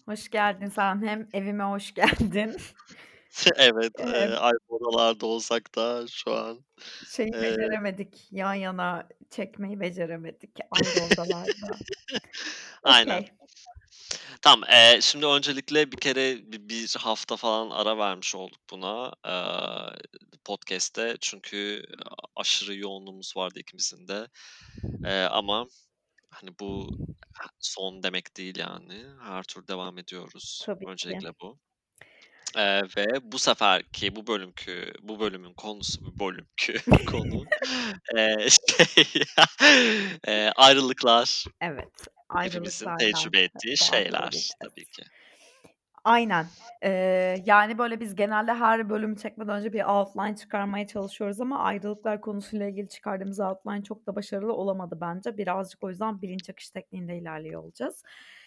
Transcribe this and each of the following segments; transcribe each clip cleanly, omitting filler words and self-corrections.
Hoş geldin sen hem evime hoş geldin. Evet, Eee, aynı odalarda olsak da şu an, Şeyi eee beceremedik, yan yana çekmeyi beceremedik ayrı odalarda. Aynen. Okay. Tamam, şimdi öncelikle bir kere bir hafta falan ara vermiş olduk buna, podcast'te. Çünkü aşırı yoğunluğumuz vardı ikimizin de. Ama, hani, bu son demek değil yani. Her türlü devam ediyoruz. Tabii ki. Öncelikle bu. Ve bu seferki bu bölümün konusu, bu bölümkü konu, şey, ayrılıklar, Evet, hepimizin ayrılıklardan tecrübe ettiği şeyler bahsedeceğiz. tabii ki. Aynen. Yani, böyle, biz genelde her bölümü çekmeden önce bir outline çıkarmaya çalışıyoruz ama ayrılıklar konusuyla ilgili çıkardığımız outline çok da başarılı olamadı bence. Birazcık o yüzden bilinç akışı tekniğinde ilerliyor olacağız.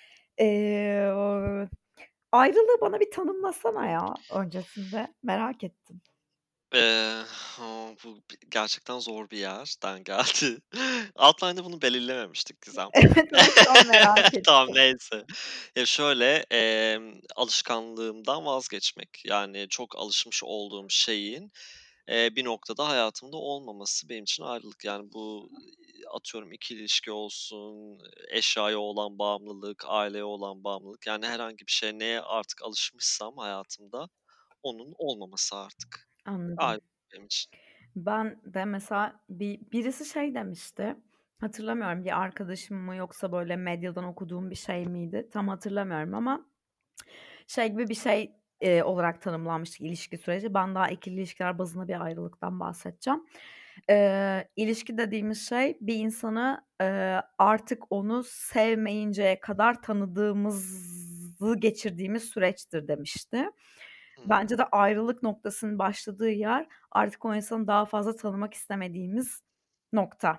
Eee, Ayrılığı bana bir tanımlasana ya öncesinde, merak ettim. Eee, bu gerçekten zor bir yerden geldi. Outline'da bunu belirlememiştik Gizem. Evet, o yüzden merak Tamam, ettim. neyse. Ya, şöyle, alışkanlığımdan vazgeçmek. Yani çok alışmış olduğum şeyin, bir noktada hayatımda olmaması benim için ayrılık. Yani bu, atıyorum ikili ilişki olsun, eşyaya olan bağımlılık, aileye olan bağımlılık, yani herhangi bir şey neye artık alışmışsam hayatımda onun olmaması artık. Anladım. Ayrılık benim için. Ben de mesela birisi şey demişti, hatırlamıyorum bir arkadaşım mı yoksa böyle medyadan okuduğum bir şey miydi, tam hatırlamıyorum ama şey gibi bir şey, olarak tanımlanmıştı ilişki süreci. Ben daha ikili ilişkiler bazında bir ayrılıktan bahsedeceğim. İlişki dediğimiz şey bir insanı, artık onu sevmeyinceye kadar tanıdığımızı geçirdiğimiz süreçtir demişti. Hımm. Bence de ayrılık noktasının başladığı yer artık o insanı daha fazla tanımak istemediğimiz nokta.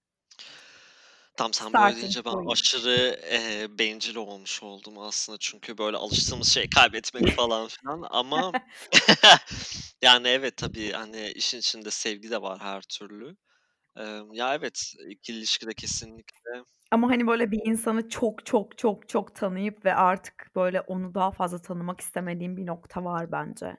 Tam sen böyle Starting deyince ben point. aşırı, bencil olmuş oldum aslında. Çünkü böyle alıştığımız şey kaybetmek falan filan ama yani evet, tabii, hani, işin içinde sevgi de var her türlü. Ya, evet, ikili ilişkide kesinlikle. Ama, hani, böyle bir insanı çok, çok, çok, çok tanıyıp ve artık böyle onu daha fazla tanımak istemediğim bir nokta var bence.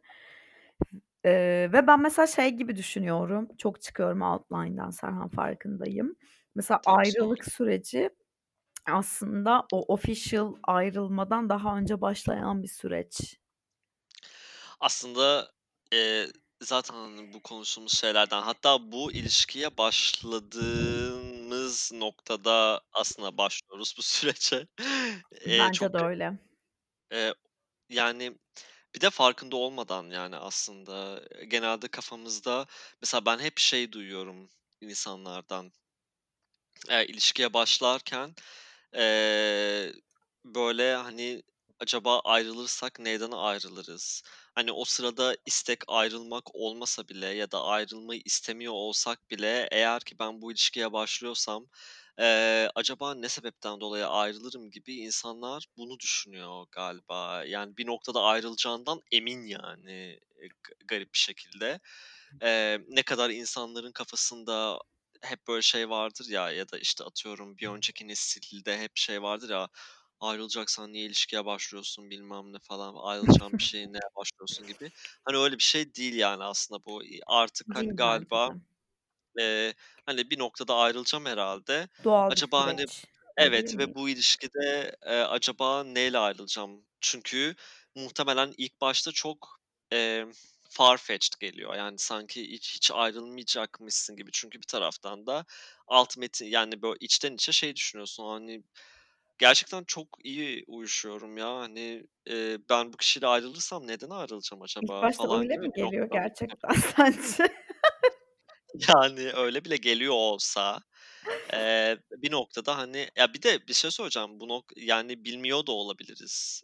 Ve ben mesela şey gibi düşünüyorum, çok çıkıyorum outline'dan Serhan farkındayım. Mesela Tabii, sor. ayrılık süreci aslında o official ayrılmadan daha önce başlayan bir süreç. Aslında, eee, zaten, hani, bu konuştuğumuz şeylerden hatta bu ilişkiye başladığımız noktada aslında başlıyoruz bu sürece. Bence Çok de öyle. eee, yani, bir de farkında olmadan, yani, aslında, genelde kafamızda mesela ben hep şey duyuyorum insanlardan, ilişkiye başlarken, eee, böyle, hani, acaba ayrılırsak neyden ayrılırız? Hani, o sırada istek ayrılmak olmasa bile ya da ayrılmayı istemiyor olsak bile eğer ki ben bu ilişkiye başlıyorsam, acaba ne sebepten dolayı ayrılırım gibi insanlar bunu düşünüyor galiba. Yani, bir noktada ayrılacağından emin yani, garip bir şekilde. Ne kadar insanların kafasında hep böyle şey vardır ya da, işte, atıyorum bir önceki nesilde hep şey vardır ya, ayrılacaksan niye ilişkiye başlıyorsun bilmem ne falan, ayrılacağın bir şeye neye başlıyorsun gibi. Hani, öyle bir şey değil yani aslında bu. Artık, hani, Değil bence galiba, de. eee, hani, bir noktada ayrılacağım herhâlde. Doğal bir Acaba, hani. süreç. Öyle değil Evet mi? ve bu ilişkide, acaba neyle ayrılacağım? Çünkü muhtemelen ilk başta çok, emm, far-fetched geliyor. Yani sanki hiç ayrılmayacakmışsın gibi. Çünkü bir taraftan da alt metin, yani, böyle, içten içe şey düşünüyorsun, hani, gerçekten çok iyi uyuşuyorum ya, hani, ben bu kişiyle ayrılırsam neden ayrılacağım İlk acaba başta falan öyle gibi mi bir geliyor noktadan gerçekten sence? yani, öyle bile geliyor olsa, bir noktada, hani. Ya, bir de bir şey söyleyeceğim. Yani, bilmiyor da olabiliriz.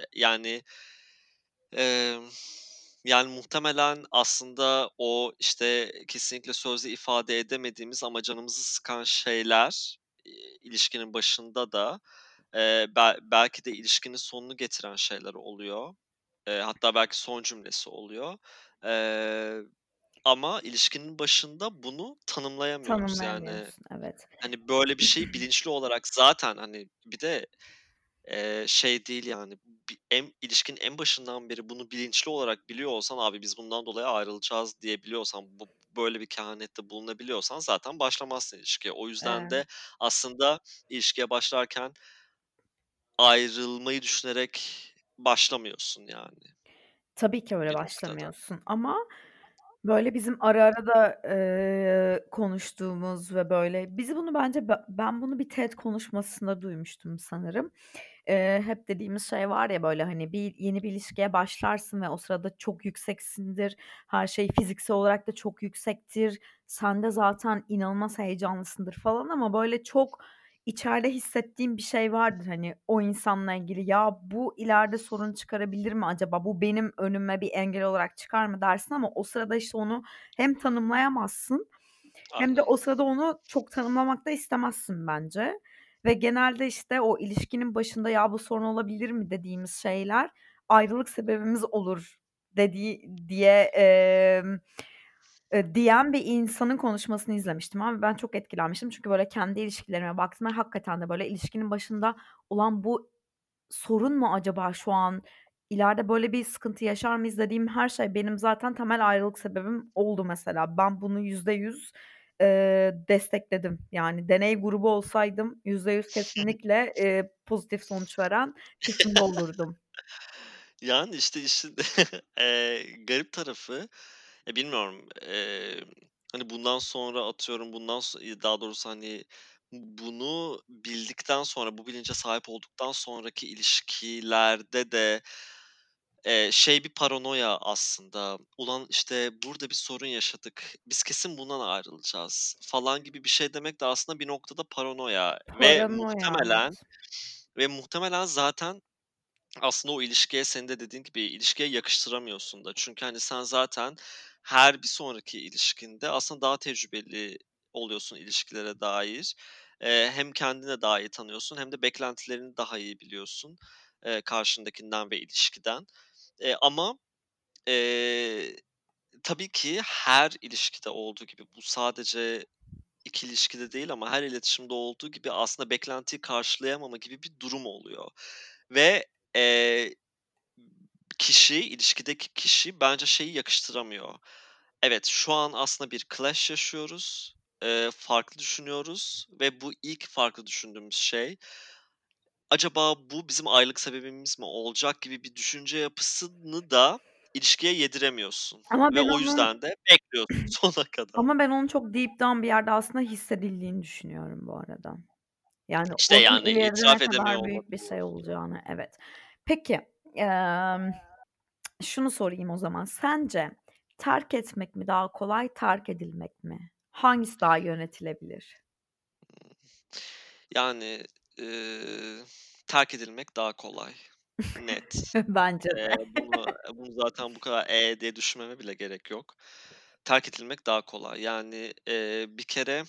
Emm, yani, muhtemelen aslında o, işte, kesinlikle sözle ifade edemediğimiz ama canımızı sıkan şeyler, ilişkinin başında da, belki de ilişkinin sonunu getiren şeyler oluyor. Hatta belki son cümlesi oluyor. Eee, ama ilişkinin başında bunu tanımlayamıyoruz. Yani, Tanımlayamıyorsun, evet. hani, böyle bir şeyi bilinçli olarak zaten, hani, bir de, şey değil yani, ilişkinin en başından beri bunu bilinçli olarak biliyor olsan, "Abi, biz bundan dolayı ayrılacağız." diyebiliyorsan, böyle bir kehanette bulunabiliyorsan zaten başlamazsın ilişkiye. O yüzden Eee, de aslında ilişkiye başlarken ayrılmayı düşünerek başlamıyorsun yani tabii ki öyle bir noktada. başlamıyorsun ama böyle bizim ara ara da, konuştuğumuz ve böyle bunu bence ben bunu bir TED konuşmasında duymuştum sanırım. Hep dediğimiz şey var ya, böyle, hani, yeni bir ilişkiye başlarsın ve o sırada çok yükseksindir. Her şey fiziksel olarak da çok yüksektir. Sen de zaten inanılmaz heyecanlısındır falan ama, böyle, çok içeride hissettiğin bir şey vardır, hani, o insanla ilgili. "Ya, bu ileride sorun çıkarabilir mi acaba? Bu benim önüme bir engel olarak çıkar mı?" dersin ama o sırada, işte, onu hem tanımlayamazsın hem de Aynen. o sırada onu çok tanımlamak da istemezsin bence ve genelde, işte, o ilişkinin başında "Ya, bu sorun olabilir mi?" dediğimiz şeyler ayrılık sebebimiz olur diyen bir insanın konuşmasını izlemiştim abi. Ben çok etkilenmiştim çünkü, böyle, kendi ilişkilerime baktığımda hakikaten de, böyle, ilişkinin başında "Ulan bu sorun mu acaba şu an? İleride böyle bir sıkıntı yaşar mıyız?" dediğim her şey benim zaten temel ayrılık sebebim oldu mesela. Ben bunu %100, destekledim. Yani deney grubu olsaydım %100 kesinlikle, pozitif sonuç veren kısımda olurdum. Yani, işte, işin, garip tarafı, bilmiyorum, hani, bundan sonra atıyorum, daha doğrusu, hani, bunu bildikten sonra, bu bilince sahip olduktan sonraki ilişkilerde de, şey bir paranoya aslında. "Ulan, işte, burada bir sorun yaşadık. Biz kesin bundan ayrılacağız." falan gibi bir şey demek de aslında bir noktada paranoya Paranoya, evet. ve muhtemelen zaten aslında o ilişkiye senin de dediğin gibi ilişkiye yakıştıramıyorsun da. Çünkü, hani, sen zaten her bir sonraki ilişkinde aslında daha tecrübeli oluyorsun ilişkilere dair. Hem kendini daha iyi tanıyorsun hem de beklentilerini daha iyi biliyorsun, karşındakinden ve ilişkiden. Ama, eee, tabii ki her ilişkide olduğu gibi bu sadece 2 ilişkide değil ama her iletişimde olduğu gibi aslında beklentiyi karşılayamama gibi bir durum oluyor ve, eee ilişkideki kişi bence şeyi yakıştıramıyor. Evet, şu an aslında bir clash yaşıyoruz, farklı düşünüyoruz ve bu ilk farklı düşündüğümüz şey, acaba bu bizim ayrılık sebebimiz mi olacak gibi bir düşünce yapısını da ilişkiye yediremiyorsun Ama ve ben o onun yüzden de bekliyorsun sona kadar. ama ben onun çok deep down bir yerde aslında hissedildiğini düşünüyorum bu arada. Yani İşte, onun yani, ileride ne itiraf edemiyor kadar büyük bir şey olabilir. olacağını. Evet. Peki, emm, şunu sorayım o zaman. Sence terk etmek mi daha kolay, terk edilmek mi? Hangisi daha yönetilebilir? Yani, eee, terk edilmek daha kolay. Net. Bence de. Bunu zaten bu kadar diye düşünmeme bile gerek yok. Terk edilmek daha kolay. Yani, bir kere,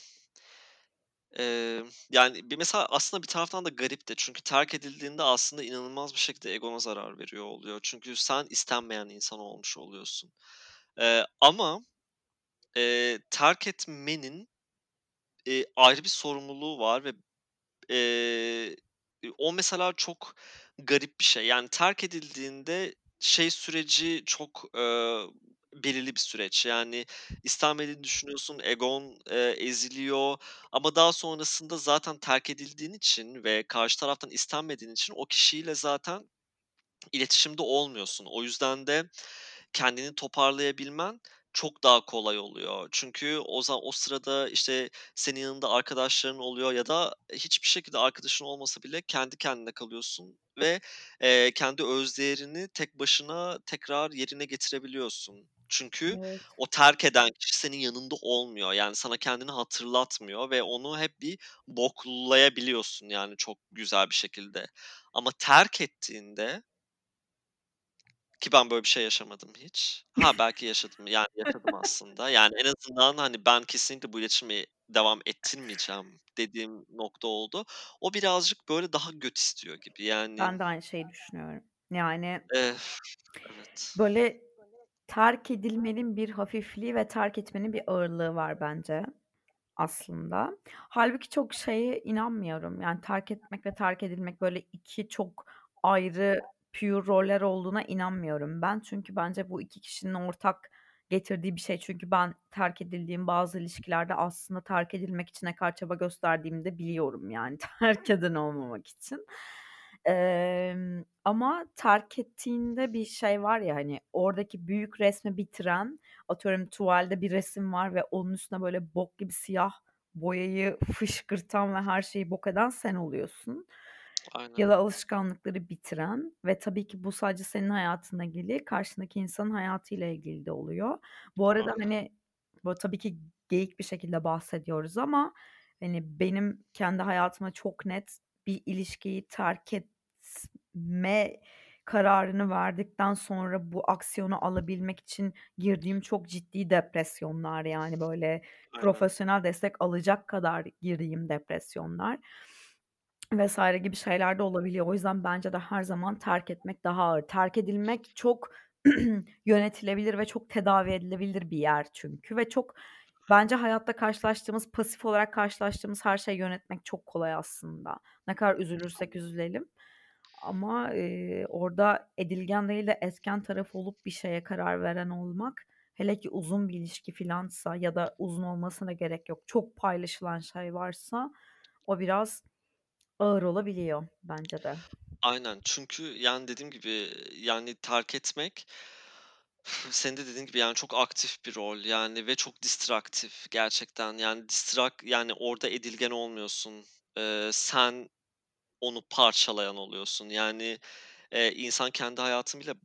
yani, mesela aslında bir taraftan da garip de çünkü terk edildiğinde aslında inanılmaz bir şekilde egona zarar veriyor oluyor. Çünkü sen istenmeyen insan olmuş oluyorsun. Ama, terk etmenin, ayrı bir sorumluluğu var ve Eee, o mesela çok garip bir şey. Yani terk edildiğinde şey süreci çok, belirli bir süreç. Yani istenmediğini düşünüyorsun, egon, eziliyor ama daha sonrasında zaten terk edildiğin için ve karşı taraftan istenmediğin için o kişiyle zaten İletişimde olmuyorsun. O yüzden de kendini toparlayabilmen çok daha kolay oluyor. Çünkü o sırada, işte, senin yanında arkadaşların oluyor ya da hiçbir şekilde arkadaşın olmasa bile kendi kendine kalıyorsun ve, kendi özdeğerini tek başına tekrar yerine getirebiliyorsun. Çünkü Evet. o terk eden kişi senin yanında olmuyor. Yani sana kendini hatırlatmıyor ve onu hep bir boklayabiliyorsun, yani, çok güzel bir şekilde. Ama terk ettiğinde ki ben böyle bir şey yaşamadım hiç. Ha, belki yaşadım, yani yaşadım aslında. Yani en azından, hani, ben kesinlikle bu iletişimi devam ettirmeyeceğim dediğim nokta oldu. O birazcık böyle daha göt istiyor gibi. Yani, Ben de aynı şeyi düşünüyorum. Yani, eee, evet. böyle, terk edilmenin bir hafifliği ve terk etmenin bir ağırlığı var bence. aslında. Hâlbuki çok şeye inanmıyorum, yani, terk etmek ve terk edilmek böyle 2 çok ayrı pure roller olduğuna inanmıyorum ben. Çünkü bence bu 2 kişinin ortak getirdiği bir şey. Çünkü ben terk edildiğim bazı ilişkilerde aslında terk edilmek için ne kadar çaba gösterdiğimi de biliyorum, yani, terk eden olmamak için. Ama terk ettiğinde bir şey var ya, hani, oradaki büyük resmi bitiren, atıyorum tuvalde bir resim var ve onun üstüne böyle bok gibi siyah boyayı fışkırtan ve her şeyi bok eden sen oluyorsun. Ya Aynen, da alışkanlıkları bitiren ve tabii ki bu sadece senin hayatınla ilgili değil, karşındaki insanın hayatıyla ilgili de oluyor. Bu arada, aynen, hani, böyle, tabii ki geyik bir şekilde bahsediyoruz ama, hani, benim kendi hayatıma çok net bir ilişkiyi terk etme kararını verdikten sonra bu aksiyonu alabilmek için girdiğim çok ciddi depresyonlar, yani, böyle, aynen, profesyonel destek alacak kadar girdiğim depresyonlar vs. gibi şeyler de olabiliyor. O yüzden bence de her zaman terk etmek daha ağır. Terk edilmek çok yönetilebilir ve çok tedavi edilebilir bir yer çünkü ve çok bence hayatta karşılaştığımız, pasif olarak karşılaştığımız her şeyi yönetmek çok kolay aslında. Ne kadar üzülürsek üzülelim ama, orada edilgen değil de etken taraf olup bir şeye karar veren olmak, hele ki uzun bir ilişki filansa ya da uzun olmasına gerek yok, çok paylaşılan şey varsa o biraz ağır olabiliyor bence de. aynen. Çünkü, yani, dediğim gibi, yani, terk etmek senin de dediğin gibi, yani, çok aktif bir rol, yani, ve çok distraktif gerçekten. Yani, yani, orada edilgen olmuyorsun. Sen onu parçalayan oluyorsun. Yani, insan kendi hayatını bile,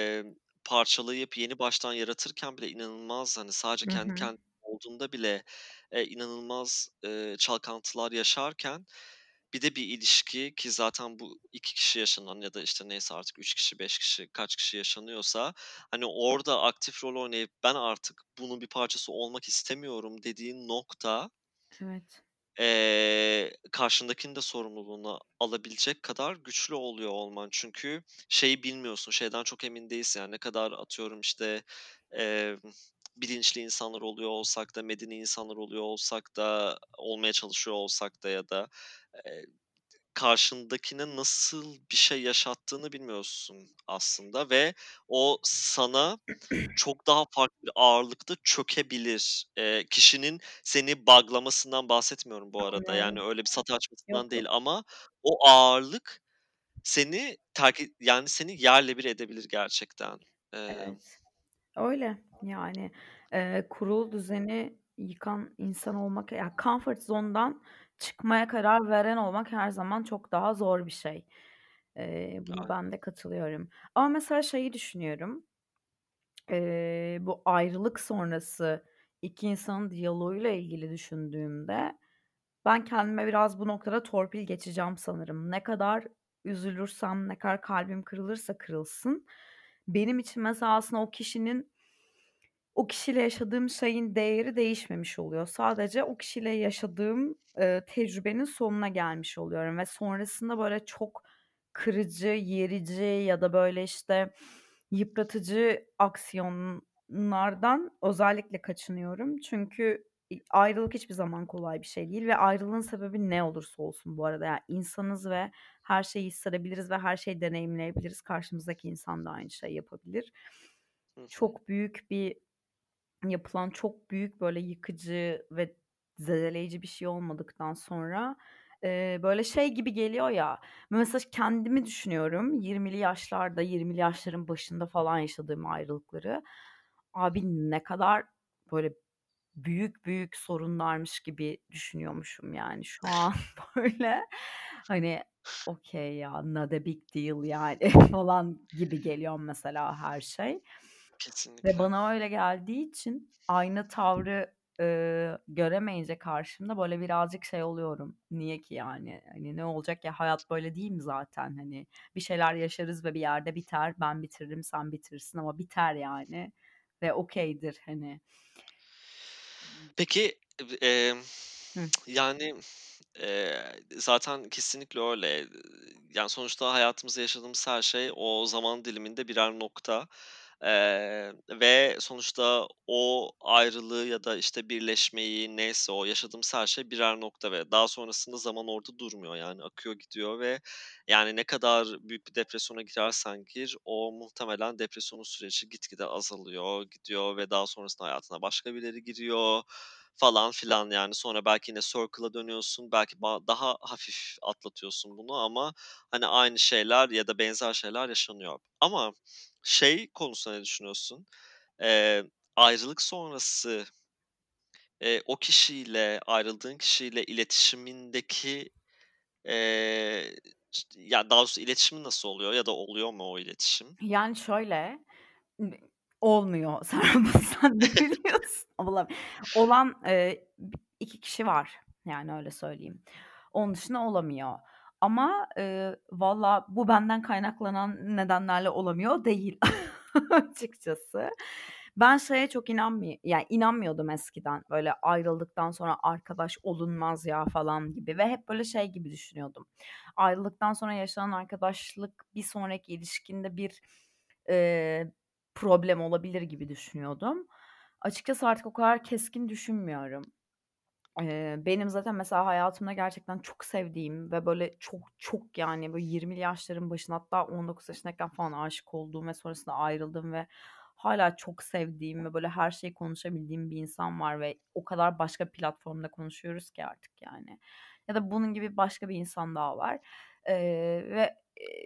parçalayıp yeni baştan yaratırken bile inanılmaz, hani, sadece Hı kendi hı. kendine olduğunda bile, inanılmaz, çalkantılar yaşarken bir de bir ilişki ki zaten bu 2 kişi yaşanan ya da, işte, neyse artık 3 kişi, 5 kişi, kaç kişi yaşanıyorsa, hani, orada aktif rol oynayıp ben artık bunun bir parçası olmak istemiyorum dediğin nokta, Evet. karşındakinin de sorumluluğunu alabilecek kadar güçlü oluyor olman. Çünkü şeyi bilmiyorsun, şeyden çok emin değilsin, yani, ne kadar atıyorum, işte, emm, bilinçli insanlar oluyor olsak da, medeni insanlar oluyor olsak da, olmaya çalışıyor olsak da ya da, eee, karşındakine nasıl bir şey yaşattığını bilmiyorsun aslında ve o sana çok daha farklı bir ağırlıkta çökebilir. Kişinin seni bug'lamasından bahsetmiyorum bu arada. Yani Anlıyorum. öyle bir satı Yok, açmasından değil yok. ama o ağırlık seni yani seni yerle bir edebilir gerçekten. Emm, Evet. Öyle. Yani, kurulu düzeni yıkan insan olmak, ya, comfort zone'dan çıkmaya karar veren olmak her zaman çok daha zor bir şey. Buna aynen. ben de katılıyorum. Ama mesela şeyi düşünüyorum, bu ayrılık sonrası 2 insanın diyaloğuyla ilgili düşündüğümde ben kendime biraz bu noktada torpil geçeceğim sanırım. Ne kadar üzülürsem, ne kadar kalbim kırılırsa kırılsın, benim için mesela aslında o kişiyle yaşadığım şeyin değeri değişmemiş oluyor. Sadece o kişiyle yaşadığım, tecrübenin sonuna gelmiş oluyorum ve sonrasında böyle çok kırıcı, yerici ya da böyle, işte, yıpratıcı aksiyonlardan özellikle kaçınıyorum. Çünkü ayrılık hiçbir zaman kolay bir şey değil ve ayrılığın sebebi ne olursa olsun bu arada, yani, insanız ve her şeyi hissedebiliriz ve her şeyi deneyimleyebiliriz. Karşımızdaki insan da aynı şeyi yapabilir. Hı hı. Çok büyük bir yapılan çok büyük, böyle, yıkıcı ve zedeleyici bir şey olmadıktan sonra, böyle, şey gibi geliyor ya, mesela kendimi düşünüyorum 20'li yaşlarda, 20'li yaşların başında falan yaşadığım ayrılıkları. Abi, ne kadar, böyle, büyük büyük sorunlarmış gibi düşünüyormuşum yani şu an, böyle, hani, okay ya, not a big deal yani falan gibi geliyor mesela her şey. Ve Kesinlikle. bana öyle geldiği için aynı tavrı, göremeyince karşımda böyle birazcık şey oluyorum. Niye ki yani? Hani, ne olacak ya? Hayat böyle değil mi zaten? Hani, bir şeyler yaşarız ve bir yerde biter. Ben bitiririm, sen bitirirsin ama biter yani ve okay'dir hani. Peki, Hıh. yani, zaten kesinlikle öyle. Yani, sonuçta hayatımızda yaşadığımız her şey o zaman diliminde birer nokta. Ve sonuçta o ayrılığı ya da, işte, birleşmeyi, neyse o yaşadığımız her şey birer nokta ve daha sonrasında zaman orada durmuyor, yani, akıyor gidiyor ve, yani, ne kadar büyük bir depresyona girersen gir, o muhtemelen depresyonun süreci gitgide azalıyor, gidiyor ve daha sonrasında hayatına başka birileri giriyor falan filan, yani. Sonra belki yine circle'a dönüyorsun, belki daha hafif atlatıyorsun bunu ama, hani, aynı şeyler ya da benzer şeyler yaşanıyor. Ama şey konusunda ne düşünüyorsun? Ayrılık sonrası, o kişiyle, ayrıldığın kişiyle iletişimindeki, ya, daha doğrusu iletişimin nasıl oluyor ya da oluyor mu o iletişim? Yani, şöyle, ı olmuyor. Sen de biliyorsun. Olan, 2 kişi var, yani, öyle söyleyeyim. Onun dışında olamıyor. Ama, valla bu benden kaynaklanan nedenlerle olamıyor değil açıkçası. Ben şeye çok yani, inanmıyordum eskiden. Böyle ayrıldıktan sonra arkadaş olunmaz ya falan gibi ve hep böyle şey gibi düşünüyordum. Ayrıldıktan sonra yaşanan arkadaşlık bir sonraki ilişkinde bir, eee, problem olabilir gibi düşünüyordum. Açıkçası artık o kadar keskin düşünmüyorum. Benim zaten mesela hayatımda gerçekten çok sevdiğim ve böyle çok çok, yani, böyle 20'li yaşların başında hatta 19 yaşındayken falan aşık olduğum ve sonrasında ayrıldığım ve hâlâ çok sevdiğim ve böyle her şeyi konuşabildiğim bir insan var ve o kadar başka platformda konuşuyoruz ki artık yani. Ya da bunun gibi başka bir insan daha var. Ve,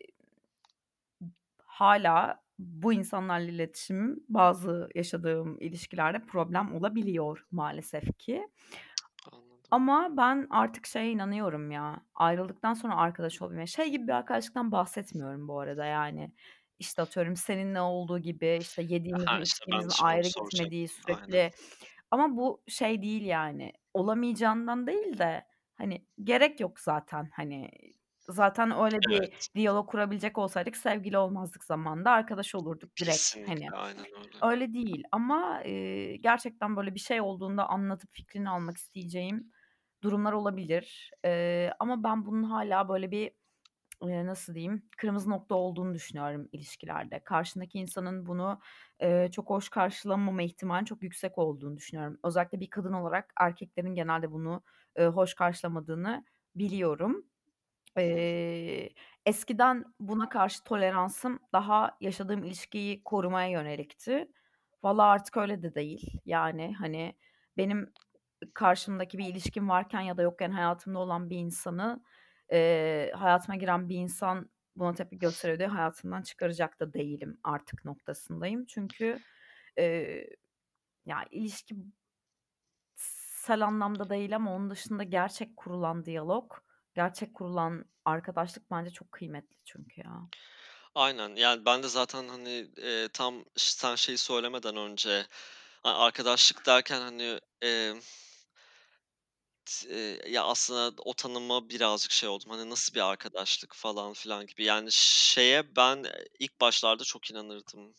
hâlâ bu insanlarla iletişimim bazı yaşadığım ilişkilerde problem olabiliyor maalesef ki. Anladım. Ama ben artık şeye inanıyorum ya, ayrıldıktan sonra arkadaş olabilme. Şey gibi bir arkadaşlıktan bahsetmiyorum bu arada, yani, işte, atıyorum seninle olduğu gibi, işte, Ha, yediğimizin, işte, ben de içtiğimizin şimdi onu ayrı gitmediği soracaktım. Aynen. sürekli ama bu şey değil, yani, olamayacağından değil de, hani, gerek yok zaten, hani, zaten öyle bir Evet, diyalog kurabilecek olsaydık sevgili olmazdık zamanında, arkadaş olurduk direkt, hani. kesinlikle, aynen öyle. Öyle değil ama, gerçekten böyle bir şey olduğunda anlatıp fikrini almak isteyeceğim durumlar olabilir. Ama ben bunun hâlâ böyle bir, nasıl diyeyim, kırmızı nokta olduğunu düşünüyorum ilişkilerde. Karşındaki insanın bunu, çok hoş karşılamama ihtimalinin çok yüksek olduğunu düşünüyorum. Özellikle bir kadın olarak erkeklerin genelde bunu, hoş karşılamadığını biliyorum. Hı hı. Eskiden buna karşı toleransım daha yaşadığım ilişkiyi korumaya yönelikti. Valla artık öyle de değil. Yani, hani, benim karşımdaki bir ilişkim varken ya da yokken hayatımda olan bir insanı, hayatıma giren bir insan buna tepki gösteriyor diye hayatımdan çıkaracak da değilim artık noktasındayım. Çünkü, eee, ya, ilişki anlamda değil ama onun dışında gerçek kurulan diyalog, gerçek kurulan arkadaşlık bence çok kıymetli çünkü ya. Aynen, yani, ben de zaten, hani, tam sen şeyi söylemeden önce, arkadaşlık derken, hani, ya, aslında o tanıma birazcık şey oldum, hani, nasıl bir arkadaşlık falan filan gibi. Yani, şeye ben, ilk başlarda çok inanırdım.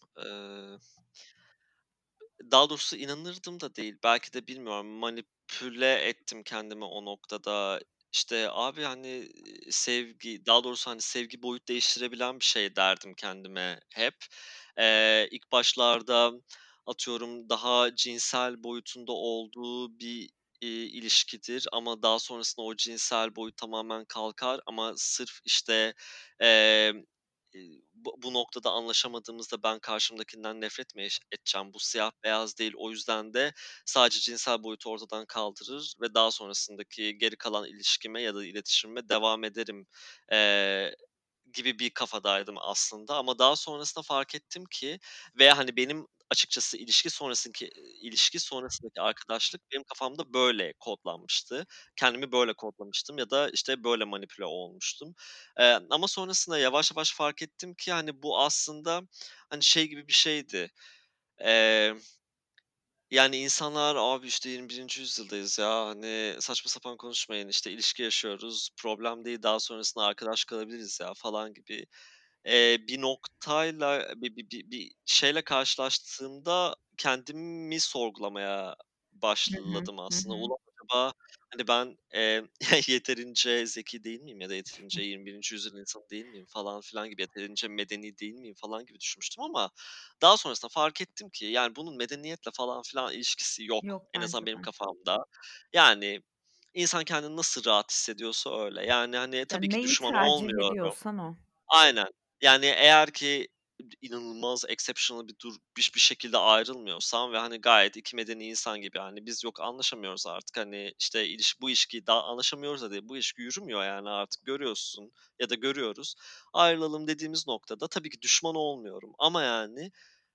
Daha doğrusu inanırdım da değil, belki de bilmiyorum, manipüle ettim kendimi o noktada. İşte, abi, hani, sevgi, daha doğrusu, hani, sevgi boyut değiştirebilen bir şey derdim kendime hep. İlk başlarda atıyorum daha cinsel boyutunda olduğu bir, ilişkidir ama daha sonrasında o cinsel boyut tamamen kalkar ama sırf, işte, emm, bu noktada anlaşamadığımızda ben karşımdakinden nefret mi edeceğim? Bu siyah beyaz değil. O yüzden de sadece cinsel boyutu ortadan kaldırır ve daha sonrasındaki geri kalan ilişkime ya da iletişimime devam ederim, eee, gibi bir kafadaydım aslında ama daha sonrasında fark ettim ki veya, hani, benim açıkçası ilişki sonrasındaki arkadaşlık benim kafamda böyle kodlanmıştı. Kendimi böyle kodlamıştım ya da, işte, böyle manipüle olmuştum. Ama sonrasında yavaş yavaş fark ettim ki, hani, bu aslında, hani, şey gibi bir şeydi. Emm, yani, insanlar, "Abi, işte, 21. yüzyıldayız ya, hani, saçma sapan konuşmayın, işte, ilişki yaşıyoruz, problem değil, daha sonrasında arkadaş kalabiliriz ya." falan gibi, bir noktayla, bir şeyle karşılaştığımda kendimi sorgulamaya Hı hı. başladım Hı aslında. hı. Ulan acaba hani, ben, yeterince zeki değil miyim ya da yeterince 21. yüzyıl insanı değil miyim falan filan gibi, yeterince medeni değil miyim falan gibi düşünmüştüm ama daha sonrasında fark ettim ki, yani, bunun medeniyetle falan filan ilişkisi yok. Yok En bence azından benim de. kafamda. Yani, insan kendini nasıl rahat hissediyorsa öyle. Yani, hani, Ya, tabii ki neyi düşman tercih olmuyorum. ediyorsan o. Aynen. Yani, eğer ki inanılmaz exceptional bir şekilde ayrılmıyorsam ve, hani, gayet 2 medeni insan gibi, hani, biz yok anlaşamıyoruz artık, hani, işte, bu ilişki daha anlaşamıyoruz da değil, bu ilişki yürümüyor yani artık görüyorsun ya da görüyoruz. Ayrılalım dediğimiz noktada tabii ki düşman olmuyorum ama, yani,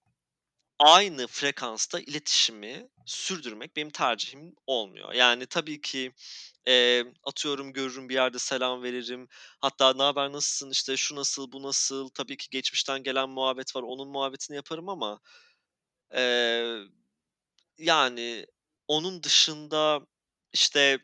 aynı frekansta iletişimi sürdürmek benim tercihim olmuyor. Yani, tabii ki, atıyorum, görürüm, bir yerde selam veririm. Hatta "Naber, nasılsın?", işte, "Şu nasıl, bu nasıl?" Tabii ki geçmişten gelen muhabbet var, onun muhabbetini yaparım ama, eee, yani, onun dışında, işte,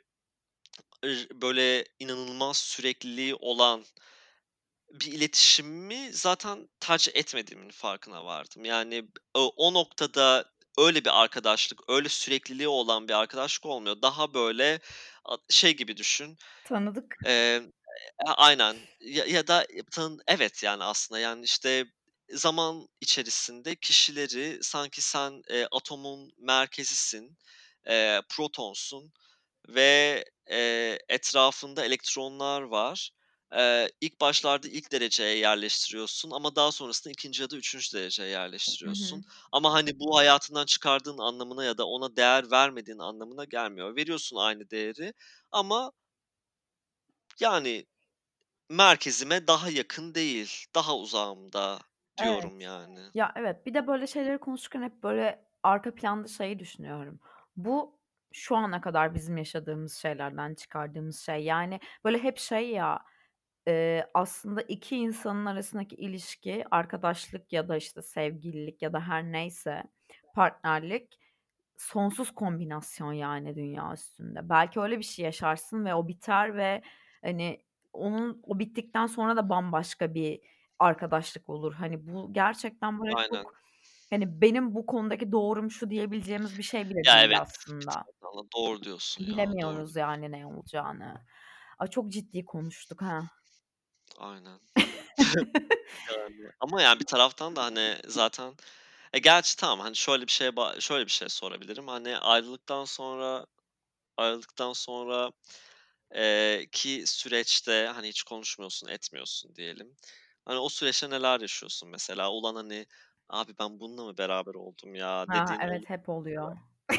böyle inanılmaz sürekliliği olan bir iletişimimi zaten tercih etmediğimin farkına vardım. Yani, o noktada öyle bir arkadaşlık, öyle sürekliliği olan bir arkadaşlık olmuyor. Daha böyle şey gibi düşün, Tanıdık. emm, aynen ya da evet, yani, aslında, yani, işte, zaman içerisinde kişileri sanki sen, atomun merkezisin, protonsun ve, etrafında elektronlar var. İlk başlarda ilk dereceye yerleştiriyorsun ama daha sonrasında ikinci ya da üçüncü dereceye Hı hı. yerleştiriyorsun. Ama, hani, bu hayatından çıkardığın anlamına ya da ona değer vermediğin anlamına gelmiyor. Veriyorsun aynı değeri ama, yani, merkezime daha yakın değil, daha uzağımda Evet. diyorum yani. Ya, evet, bir de böyle şeyleri konuşurken hep böyle arka planda şeyi düşünüyorum. Bu şu ana kadar bizim yaşadığımız şeylerden çıkardığımız şey. Yani, böyle hep şey ya, aslında 2 insanın arasındaki ilişki, arkadaşlık ya da, işte, sevgililik ya da her neyse, partnerlik, sonsuz kombinasyon yani dünya üstünde. Belki öyle bir şey yaşarsın ve o biter ve, hani, o bittikten sonra da bambaşka bir arkadaşlık olur. Hani, bu gerçekten böyle Aynen. çok, hani, benim bu konudaki doğrum şu diyebileceğimiz bir şey bile Ya, değil evet, bir aslında. taraftan da doğru diyorsun ya, doğru. Bilemiyoruz yani ne olacağını. Ay, çok ciddi konuştuk ha. Aynen. Yani ama yani bir taraftan da, hani, zaten gerçi tamam, hani, şöyle bir şey sorabilirim. Hani, ayrıldıktan sonra, ki süreçte, hani, hiç konuşmuyorsun, etmiyorsun diyelim. Hani, o süreçte neler yaşıyorsun mesela? "Ulan, hani, abi ben bununla mı beraber oldum ya?" Ha, dediğin oluyor evet, hep oluyor. mu?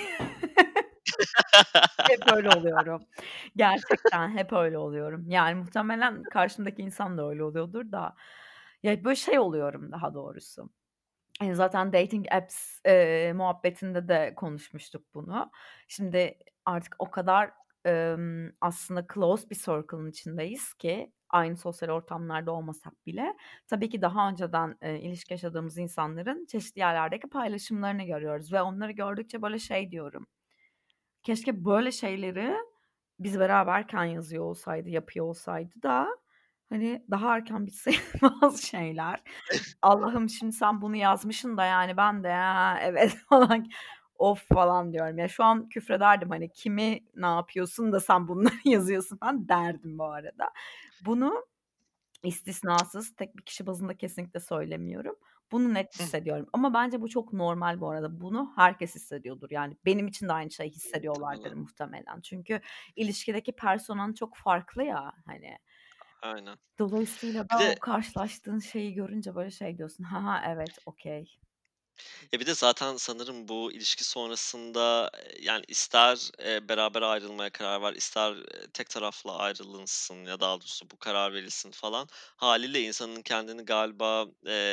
Hep öyle oluyorum. Gerçekten hep öyle oluyorum. Yani muhtemelen karşımdaki insan da öyle oluyordur da. Ya, böyle şey oluyorum daha doğrusu. Zaten dating apps, muhabbetinde de konuşmuştuk bunu. Şimdi artık o kadar, aslında close bir circle'ın içindeyiz ki aynı sosyal ortamlarda olmasak bile tabii ki daha önceden, ilişki yaşadığımız insanların çeşitli yerlerdeki paylaşımlarını görüyoruz ve onları gördükçe böyle şey diyorum, keşke böyle şeyleri biz beraberken yazıyor olsaydı, yapıyor olsaydı da, hani, daha erken bitseydi bazı şeyler. Allah'ım şimdi sen bunu yazmışsın da yani ben de ha, evet falan, of falan diyorum. Ya, şu an küfrederdim, hani, kimi ne yapıyorsun da sen bunları yazıyorsun falan derdim bu arada. Bunu istisnasız tek bir kişi bazında kesinlikle söylemiyorum. Bunu net hissediyorum ama bence bu çok normal bu arada. Bunu herkes hissediyordur. Yani benim için de aynı şeyi hissediyorlardır Muhtemelen. muhtemelen. Çünkü ilişkideki personan çok farklı ya, hani. Aynen. Dolayısıyla Bir da de o karşılaştığın şeyi görünce böyle şey diyorsun, "Ha ha, evet, okay." bir de zaten sanırım bu ilişki sonrasında, yani ister, beraber ayrılmaya karar ver, ister, tek taraflı ayrılınsın ya daha doğrusu bu karar verilsin falan. Hâliyle insanın kendini galiba,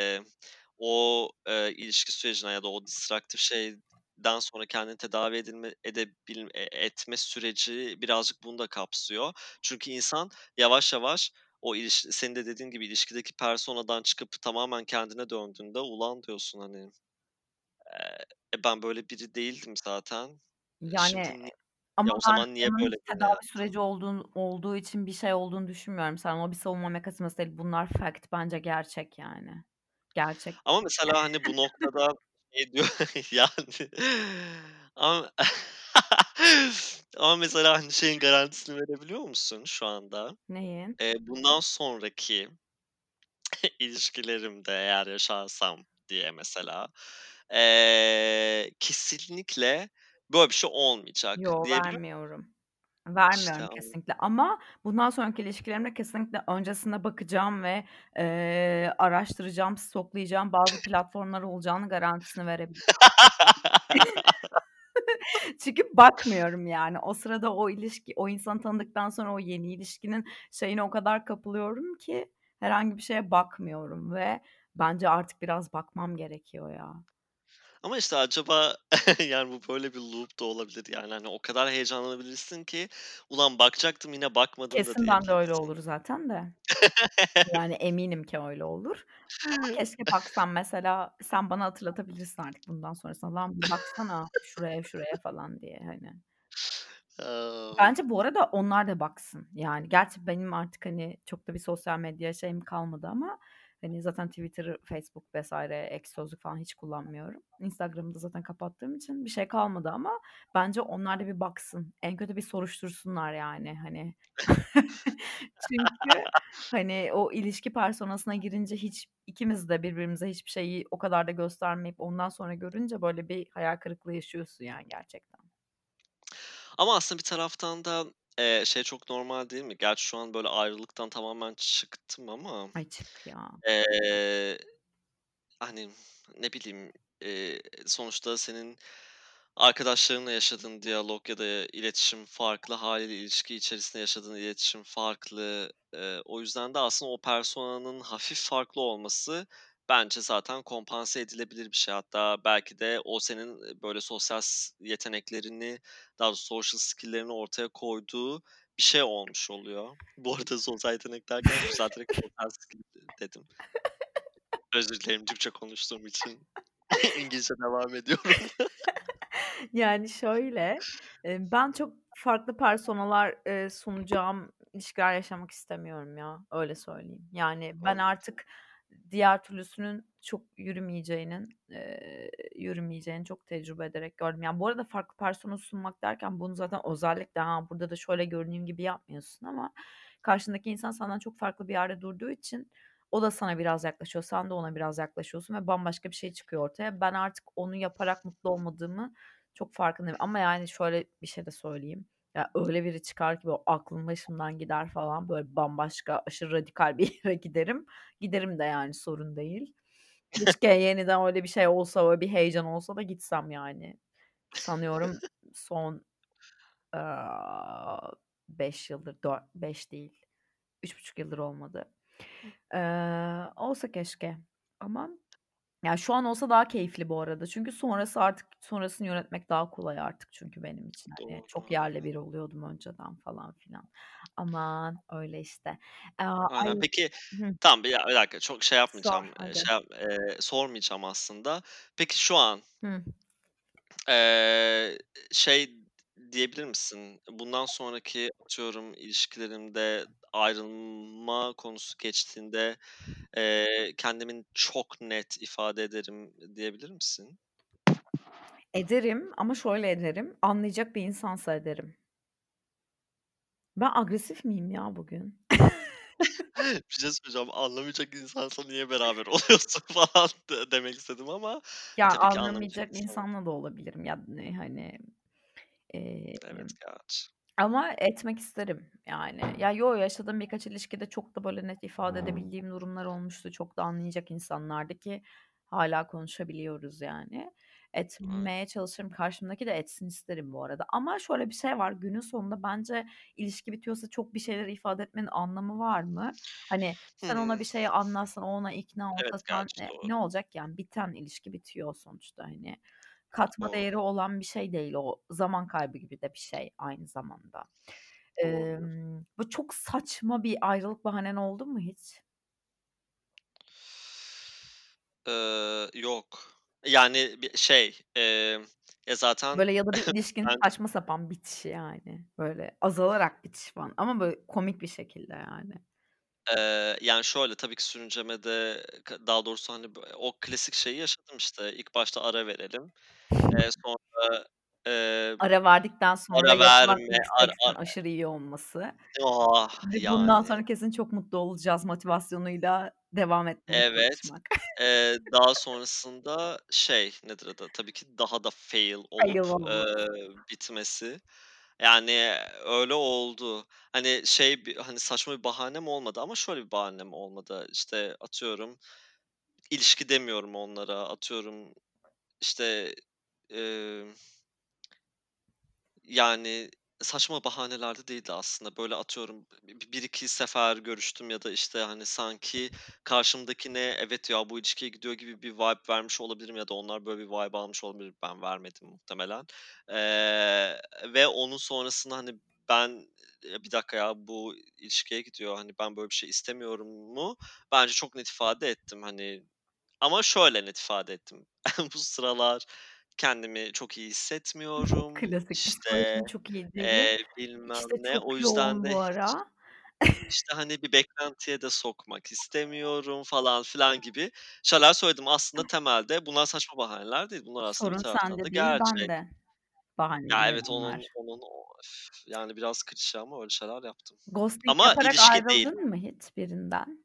ilişki sürecine ya da o destruktif şeyden sonra kendini tedavi etme süreci birazcık bunu da kapsıyor. Çünkü insan yavaş yavaş senin de dediğin gibi ilişkideki personadan çıkıp tamamen kendine döndüğünde, "Ulan," diyorsun, hani, ben böyle biri değildim zaten. Yani Şimdi ama ya, o ben zaman niye onun böyle hiç birine tedavi yaptım? süreci olduğu için bir şey olduğunu düşünmüyorum. Sen ona bir savunma mekanizması değil. Bunlar fact bence gerçek yani. Gerçek. Ama mesela, hani, bu noktada şey diyor yani ama Ama mesela, hani, şeyin garantisini verebiliyor musun şu anda? Neyin? Bundan sonraki ilişkilerimde eğer yaşarsam diye mesela, kesinlikle böyle bir şey olmayacak Yo, diyebiliyor vermiyorum. İşte Vermiyorum ama kesinlikle ama bundan sonraki ilişkilerimde kesinlikle öncesine bakacağım ve, araştıracağım, stoklayacağım bazı platformlar olacağını garantisini verebilirim. Çünkü bakmıyorum yani. O sırada o ilişki o insanı tanıdıktan sonra o yeni ilişkinin şeyine o kadar kapılıyorum ki herhangi bir şeye bakmıyorum ve bence artık biraz bakmam gerekiyor ya. Ama, işte, acaba yani bu böyle bir loop da olabilir. Yani, hani, o kadar heyecanlanabilirsin ki "Ulan bakacaktım yine bakmadım da." Kesin bende öyle diyebilirsin. olur zaten de. Yani eminim ki öyle olur. Ama keşke baksam mesela sen bana hatırlatabilirsin artık bundan sonrasında. "Lan bir baksana şuraya, şuraya." falan diye hani. Amm, Bence bu arada onlar da baksın. Yani gerçi benim artık, hani, çok da bir sosyal medya şeyim kalmadı ama, hani, zaten Twitter, Facebook vs. X sözlük falan hiç kullanmıyorum. Instagram'ı da zaten kapattığım için bir şey kalmadı ama bence onlar da bir baksın. En kötü bir soruştursunlar yani, hani. Çünkü, hani, o ilişki personasına girince hiç ikimiz de birbirimize hiçbir şeyi o kadar da göstermeyip ondan sonra görünce böyle bir hayal kırıklığı yaşıyorsun yani gerçekten. ama aslında bir taraftan da, şey çok normal değil mi? Gerçi şu an böyle ayrılıktan tamamen çıktım ama, Ay çık ya. eee, hani, ne bileyim, sonuçta senin arkadaşlarınla yaşadığın diyalog ya da iletişim farklı, hâliyle ilişki içerisinde yaşadığın iletişim farklı. O yüzden de aslında o personanın hafif farklı olması bence zaten kompanse edilebilir bir şey. Hatta belki de o senin, böyle sosyal yeteneklerini, daha doğrusu social skill'lerini ortaya koyduğu bir şey olmuş oluyor. Bu arada sosyal yetenek derken düzelterek sosyal skill dedim. Özür dilerim Türkçe konuştuğum için. İngilizce devam ediyorum. Yani, şöyle, ben çok farklı personalar, sunacağım ilişkiler yaşamak istemiyorum ya, öyle söyleyeyim. Yani, ben Anladım. artık diğer türlüsünün çok yürümeyeceğini çok tecrübe ederek gördüm. Yani, bu arada farklı persona sunmak derken bunu zaten özellikle, burada da şöyle görüneyim gibi yapmıyorsun ama karşındaki insan senden çok farklı bir yerde durduğu için o da sana biraz yaklaşıyor, sen de ona biraz yaklaşıyorsun ve bambaşka bir şey çıkıyor ortaya. Ben artık onu yaparak mutlu olmadığımı çok farkındayım ama yani şöyle bir şey de söyleyeyim. Ya, öyle biri çıkar ki böyle aklım başımdan gider falan, böyle bambaşka, aşırı radikal bir yere giderim. Giderim de yani sorun değil. Keşke yeniden öyle bir şey olsa, öyle bir heyecan olsa da gitsem yani. Sanıyorum son, aaa, 5 yıldır, 5 değil, 3,5 yıldır olmadı. Olsa keşke ama ya, şu an olsa daha keyifli bu arada. Çünkü sonrasını yönetmek daha kolay artık çünkü benim için. Hani, Doğru, çok yerle aynen. bir oluyordum önceden falan filan. Aman, öyle işte. Ay. Aynen. Peki, Hı, tamam, bir dakika, çok şey sor yapmayacağım, hadi. sormayacağım aslında. Peki şu an, Hı. eee, şey diyebilir misin? Bundan sonraki, atıyorum, ilişkilerimde ayrılma konusu geçtiğinde, kendimi çok net ifade ederim diyebilir misin? Ederim ama şöyle ederim, anlayacak bir insansa ederim. Ben agresif miyim ya bugün? Bir şey söyleyeceğim, anlamayacak insansa niye beraber oluyorsun falan demek istedim ama Ya, tabii ki anlamayacak anlamayacak insan insanla da olabilirim. Ya, hani, evet, gerçi. ama etmek isterim yani. Ya, yo, yaşadığım birkaç ilişkide çok da böyle net ifade edebildiğim durumlar olmuştu. Çok da anlayacak insanlardı ki hâlâ konuşabiliyoruz yani. Etmeye çalışırım. Karşımdaki de etsin isterim bu arada. Ama şöyle bir şey var, günün sonunda bence ilişki bitiyorsa çok bir şeyler ifade etmenin anlamı var mı? Hani, sen ona Hımm. bir şeyi anlatsan, o ona ikna Evet, olsa sen, gerçi doğru. ne olacak yani? Biten ilişki bitiyor sonuçta, hani. Katma Doğru, değeri olan bir şey değil o. Zaman kaybı gibi de bir şey aynı zamanda. doğru. Bu çok saçma bir ayrılık bahanen oldu mu hiç? Yok. Yani bir şey, ya zaten Böyle ya da bir ilişkinin ben, saçma sapan bitişi yani. Böyle azalarak bitiş falan ama böyle komik bir şekilde yani. yani şöyle, tabii ki sürüncemede daha doğrusu, hani, o klasik şeyi yaşadım işte. İlk başta ara verelim. Sonra Eee, Ara verdikten sonra ara yapılan verme, ilk seksin aşırı iyi olması Ah, ve bundan yani. sonra kesin çok mutlu olacağız motivasyonuyla devam etmeye Evet. çalışmak. Daha sonrasında şey, nedir adı? Tabii ki daha da fail Fail olup, olması. bitmesi. Yani, öyle oldu. Hani, şey hani, saçma bir bahanem olmadı ama şöyle bir bahanem olmadı. İşte, atıyorum, ilişki demiyorum onlara, atıyorum, işte, emm yani, saçma bahaneler de değildi aslında. Böyle, atıyorum, 1-2 sefer görüştüm ya da, işte, hani, sanki karşımdakine evet ya, bu ilişkiye gidiyor gibi bir vibe vermiş olabilirim ya da onlar böyle bir vibe almış olabilir. Ben vermedim muhtemelen. Ve onun sonrasında, hani, ben, "Bir dakika ya, bu ilişkiye gidiyor, hani, ben böyle bir şey istemiyorum"u bence çok net ifade ettim. Hani, ama şöyle net ifade ettim. Bu sıralar kendimi çok iyi hissetmiyorum, Klasik. işte, Psikolojim çok iyi değil. bilmem İşte, ne. O çok yüzden yoğun de bu ara. işte, hani, bir beklentiye de sokmak istemiyorum falan filan gibi şeyler söyledim. Aslında temelde bunlar saçma bahaneler değil. Bunlar aslında bir Sorun taraftan da sende değil, gerçek. bende. Ya, Bahaneydi evet, onun bunlar. onun o yani biraz klişe ama öyle şeyler yaptım. Ghosting Ama yaparak ilişki değil. ayrıldın mı hiç birinden?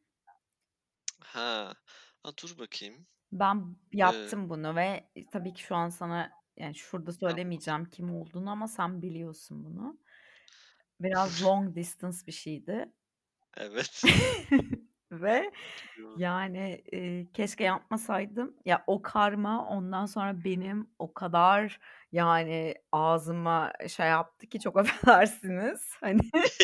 Ha. Ha, dur bakayım. Ben Eee, yaptım bunu ve, tabii ki şu an sana, yani, şurada yapmadım. söylemeyeceğim kim olduğunu ama sen biliyorsun bunu. Biraz long distance bir şeydi Evet, ve, biliyorum. yani, keşke yapmasaydım. Ya, o karma ondan sonra benim o kadar, yani, ağzıma şey yaptı ki çok affedersiniz. Hani,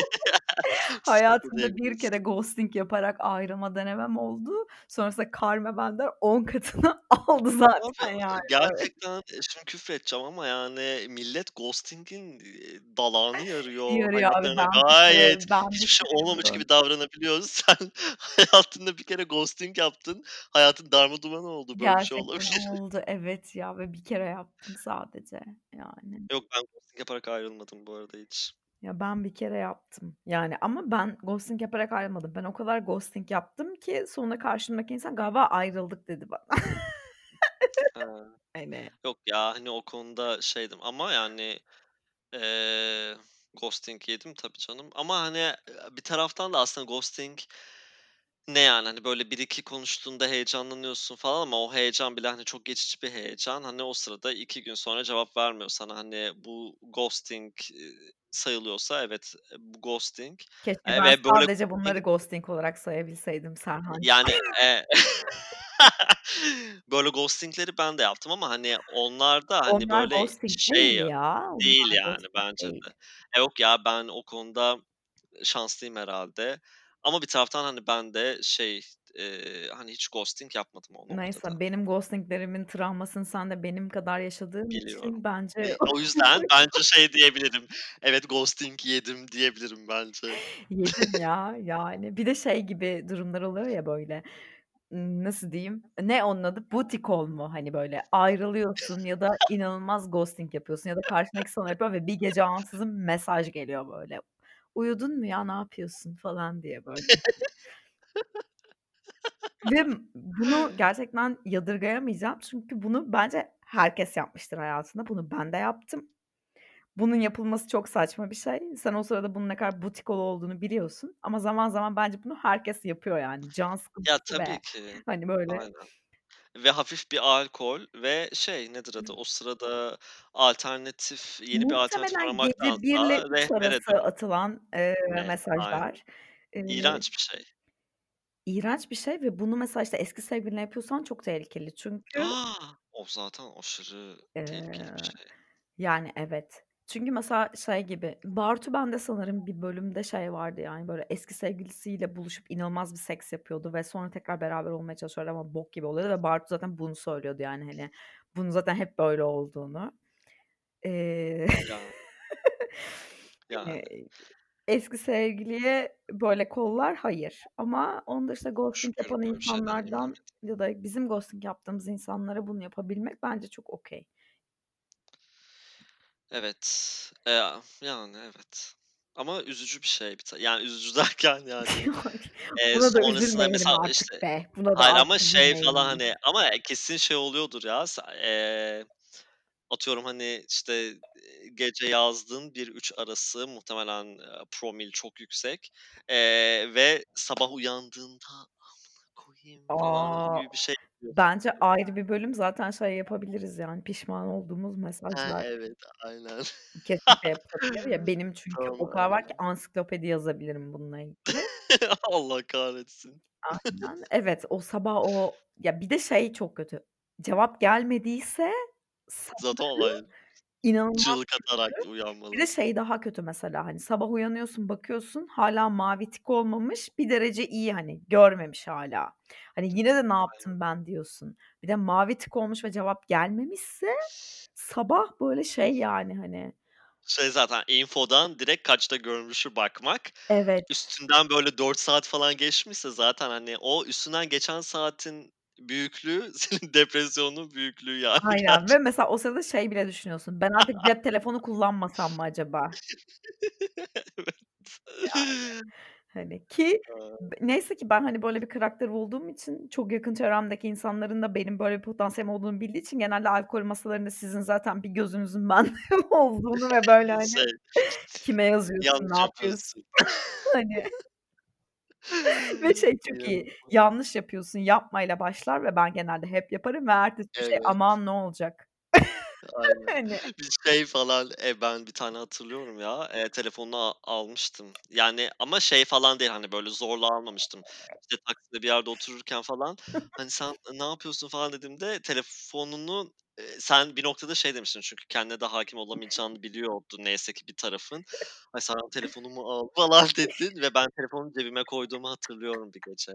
Sıkıntı değil, hayatımda bir kere bilirsin. ghosting yaparak ayrılma denemem oldu. Sonrasında karma benden 10 katını aldı Abi, zaten yani, böyle. gerçekten, şimdi küfredeceğim ama yani millet ghosting'in, dalağını yarıyor. Yarıyor Hani, abi böyle ben bir kere gayet ben bir hiçbir şey kere olmamış böyle gibi davranabiliyoruz. Sen hayatında bir kere ghosting yaptın. Hayatın darmaduman oldu. Böyle bir şey gerçekten olabilir. oldu. Evet ya ve bir kere yaptım sadece yani. Yok, ben ghosting yaparak ayrılmadım bu arada hiç. Ya ben bir kere yaptım. Yani ama ben ghosting yaparak ayrılmadım. Ben o kadar ghosting yaptım ki sonra karşımdaki insan galiba ayrıldık dedi bana. Ha. Hani Yok ya, hani, o konuda şeydim ama yani, eee, ghosting yedim tabii canım ama, hani, bir taraftan da aslında ghosting ne yani? Hani, böyle bir iki konuştuğunda heyecanlanıyorsun falan ama o heyecan bile, hani, çok geçici bir heyecan. Hani, o sırada 2 gün sonra cevap vermiyor sana. Hani, bu ghosting, sayılıyorsa evet, bu ghosting, keşke ben ve böyle sadece bunları ghosting olarak sayabilseydim Serhan. yani, böyle ghosting'leri ben de yaptım ama, hani, onlar da, hani, Onlar böyle ghosting şey değil ya. değil Onlar yani ghosting bence değil. de. Yok ya, ben o konuda şanslıyım herhâlde ama bir taraftan, hani, ben de şey, hani, hiç ghosting yapmadım o noktada. Neyse benim ghosting'lerimin travmasını sen de benim kadar yaşadığın Biliyorum. için bence O yüzden bence şey diyebilirim, evet, ghosting yedim diyebilirim bence. yedin ya, yani. Bir de şey gibi durumlar oluyor ya böyle, nasıl diyeyim? Ne onun adı? Booty call mu? Hani, böyle ayrılıyorsun ya da inanılmaz ghosting yapıyorsun ya da karşındaki sana yapıyor ve bir gece ansızın mesaj geliyor böyle. "Uyudun mu ya, ne yapıyorsun?" falan diye böyle. Ve bunu gerçekten yadırgayamayacağım çünkü bunu bence herkes yapmıştır hayatında. Bunu ben de yaptım. Bunun yapılması çok saçma bir şey. Sen o sırada bunun ne kadar butikol olduğunu biliyorsun ama zaman zaman bence bunu herkes yapıyor yani. Can Ya, sıkıntısı tabii ve ki. hani, böyle Aynen. Ve hafif bir alkol ve şey, nedir adı, o sırada yeni bir alternatif muhtemelen gece 1 ile aramaktansa 3 rehbere arası dön. atılan, Aynen. mesajlar. Eee, İğrenç bir şey. iğrenç bir şey ve bunu mesela, işte, eski sevgilinle yapıyorsan çok tehlikeli. Çünkü, O zaten aşırı tehlikeli bir eee şey. Yani, evet. Çünkü mesela şey gibi, Bartu Ben'de sanırım bir bölümde şey vardı, yani, böyle, eski sevgilisiyle buluşup inanılmaz bir seks yapıyordu ve sonra tekrar beraber olmaya çalışıyordu ama bok gibi oluyordu ve Bartu zaten bunu söylüyordu, yani, hani, bunun zaten hep böyle olduğunu. Eee, Ya yani, hani, eski sevgiliye böyle kollar hayır ama onun dışında ghosting şükür yapan böyle bir şey insanlardan deneyimlemedim. ya da bizim ghosting yaptığımız insanlara bunu yapabilmek bence çok okay. Evet. Yani evet. Ama üzücü bir şey yani üzücü derken yani, Buna da sonrasında üzülmeyelim mesela, işte artık be. Buna da hayır artık ama şey falan, üzülmeyelim biz. hani ama kesin şey oluyordur ya atıyorum, hani, işte, gece yazdın 1-3 arası muhtemelen, promil çok yüksek, ve sabah uyandığında "Amına koyayım." falan A! gibi bir şey diyorsun. Bence ayrı bir bölüm zaten şey yapabiliriz yani pişman olduğumuz Ha, mesajlar. evet, aynen. Kesinlikle yapılabilir ya. Benim çünkü o kadar var ki Tamam. ansiklopedi yazabilirim bununla ilgili. Allah kahretsin. Aynen. Evet, o sabah o ya bir de şey çok kötü. Cevap gelmediyse Zaten sabahı olay inanılmaz çığlık atarak kötü. Bir de uyanmalı. şey daha kötü mesela, hani, sabah uyanıyorsun, bakıyorsun hâlâ mavi tik olmamış, bir derece iyi, hani, görmemiş hâlâ. Hani, yine de "Ne Aynen. yaptım ben?" diyorsun. Bir de mavi tik olmuş ve cevap gelmemişse sabah böyle şey yani, hani. Şey zaten infodan direkt kaçta görmüşü bakmak. Evet, Üstünden böyle 4 saat falan geçmişse zaten, hani, o üstünden geçen saatin büyüklüğü senin depresyonunun büyüklüğü yani aynen ve gerçekten. mesela o sırada şey bile düşünüyorsun, "Ben artık cep telefonu kullanmasam mı acaba?" Evet. Hani ki Aaa, neyse ki ben, hani, böyle bir karakter olduğum için çok yakın çevremdeki insanların da benim böyle bir potansiyelim olduğunu bildiği için genelde alkol masalarında sizin zaten bir gözünüzün bende olduğunu ve böyle, hani, şey, kime yazıyorsun, ne yanlış yapıyorsun, yapıyorsun. hani, ve şey çok iyi, İnanılmaz. yanlış yapıyorsun, yapmayla başlar ve ben genelde hep yaparım ve ertesi gün şey, Evet. aman ne olacak? Aynen. Hani, Bir şey falan, ben bir tane hatırlıyorum ya, telefonunu almıştım. Yani ama şey falan değil, hani, böyle zorla almamıştım. İşte, takside bir yerde otururken falan, hani, "Sen ne yapıyorsun?" falan dediğimde telefonunu, sen bir noktada şey demiştin çünkü kendine de hâkim olamayacağını biliyordu neyse ki bir tarafın. "Ay, sen telefonumu al." falan dedin ve ben telefonu cebime koyduğumu hatırlıyorum bir gece.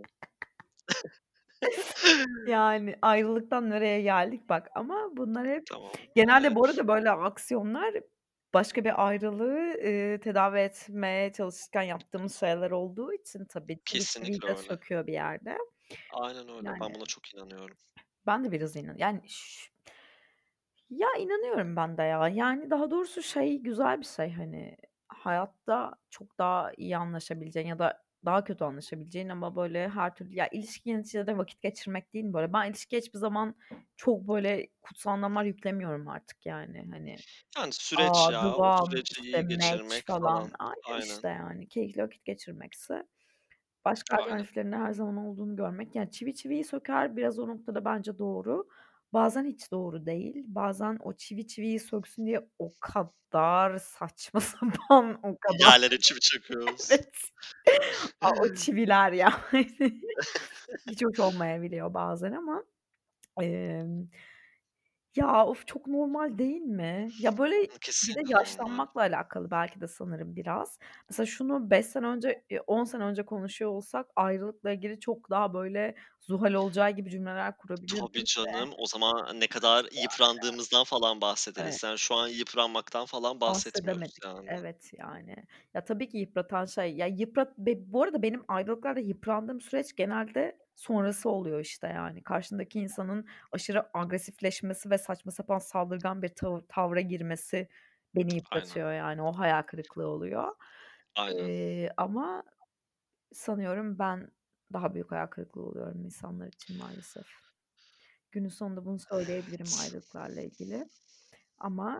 yani ayrılıktan nereye geldik bak ama bunlar hep Tamam. genelde bu Evet. arada böyle aksiyonlar başka bir ayrılığı, tedavi etmeye çalışırken yaptığımız şeyler olduğu için tabii çivi çiviyi Kesinlikle de öyle. söküyor bir yerde. Aynen öyle. Yani Ben buna çok inanıyorum. ben de biraz yani ya, inanıyorum ben de ya. Yani, daha doğrusu şey güzel bir şey, hani, hayatta çok daha iyi anlaşabileceğin ya da daha kötü anlaşabileceğin ama böyle her türlü ya, ilişki neticede vakit geçirmek değil mi böyle? Ben ilişkiye hiçbir zaman çok böyle kutsal anlamlar yüklemiyorum artık yani. Hani, Yani süreç a, ya, o duam, süreci işte, iyi match geçirmek falan. falan. Aynen Aynen, işte yani keyifli vakit geçirmekse başka aynen. alternatiflerin de her zaman olduğunu görmek, yani, çivi çiviyi söker biraz o noktada bence doğru. Bazen hiç doğru değil. Bazen o çivi çiviyi söksün diye o kadar saçma sapan, o kadar Yerlere çivi çakıyoruz. evet. O çiviler yani hiç hoş olmayabiliyor bazen ama, emm, ya, of, çok normal değil mi? Ya, böyle bir de Kesinlikle normal. yaşlanmakla alakalı belki de sanırım biraz. Mesela şunu 5 sene önce, 10 sene önce konuşuyor olsak ayrılıkla ilgili çok daha böyle Zuhal Olcay gibi cümleler Tabii kurabilirdim de canım, o zaman ne kadar yıprandığımızdan falan bahsederiz. Yani şu an yıpranmaktan falan bahsetmiyoruz bahsedemedik. yani. Evet, yani. Ya, tabii ki yıpratan şey ya, bu arada benim ayrılıklarda yıprandığım süreç genelde sonrası oluyor, işte, yani. Karşındaki insanın aşırı agresifleşmesi ve saçma sapan saldırgan bir tavra girmesi beni Aynen, yıpratıyor, yani. O hayal kırıklığı oluyor. aynen. Ama sanıyorum ben daha büyük hayal kırıklığı oluyorum insanlar için maalesef. Günün sonunda bunu söyleyebilirim Evet. ayrılıklarla ilgili ama,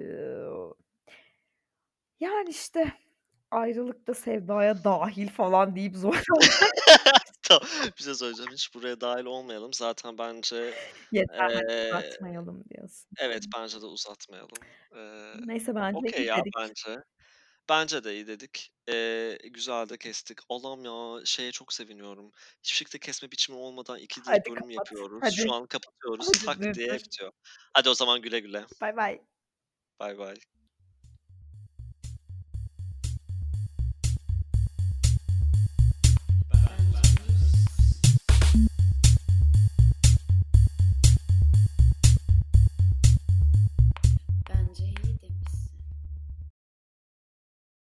yani, işte ayrılık da sevdaya dâhil falan deyip zor Bir şey söyleyeceğim, hiç buraya dâhil olmayalım. Zaten bence, yeter hadi eee, uzatmayalım diyorsun. evet, bence de uzatmayalım. Neyse bence Okay iyi ya dedik. bence. Bence de iyi dedik. Güzel de kestik. Allah'ım ya, şeye çok seviniyorum. Hiçbir şekilde kesme biçimi olmadan ikidir Hadi bölüm kapat. yapıyoruz. Hadi, Şu an kapatıyoruz. hadi Tak diye durdur. bitiyor. Hadi o zaman güle güle. Baybay. Baybay.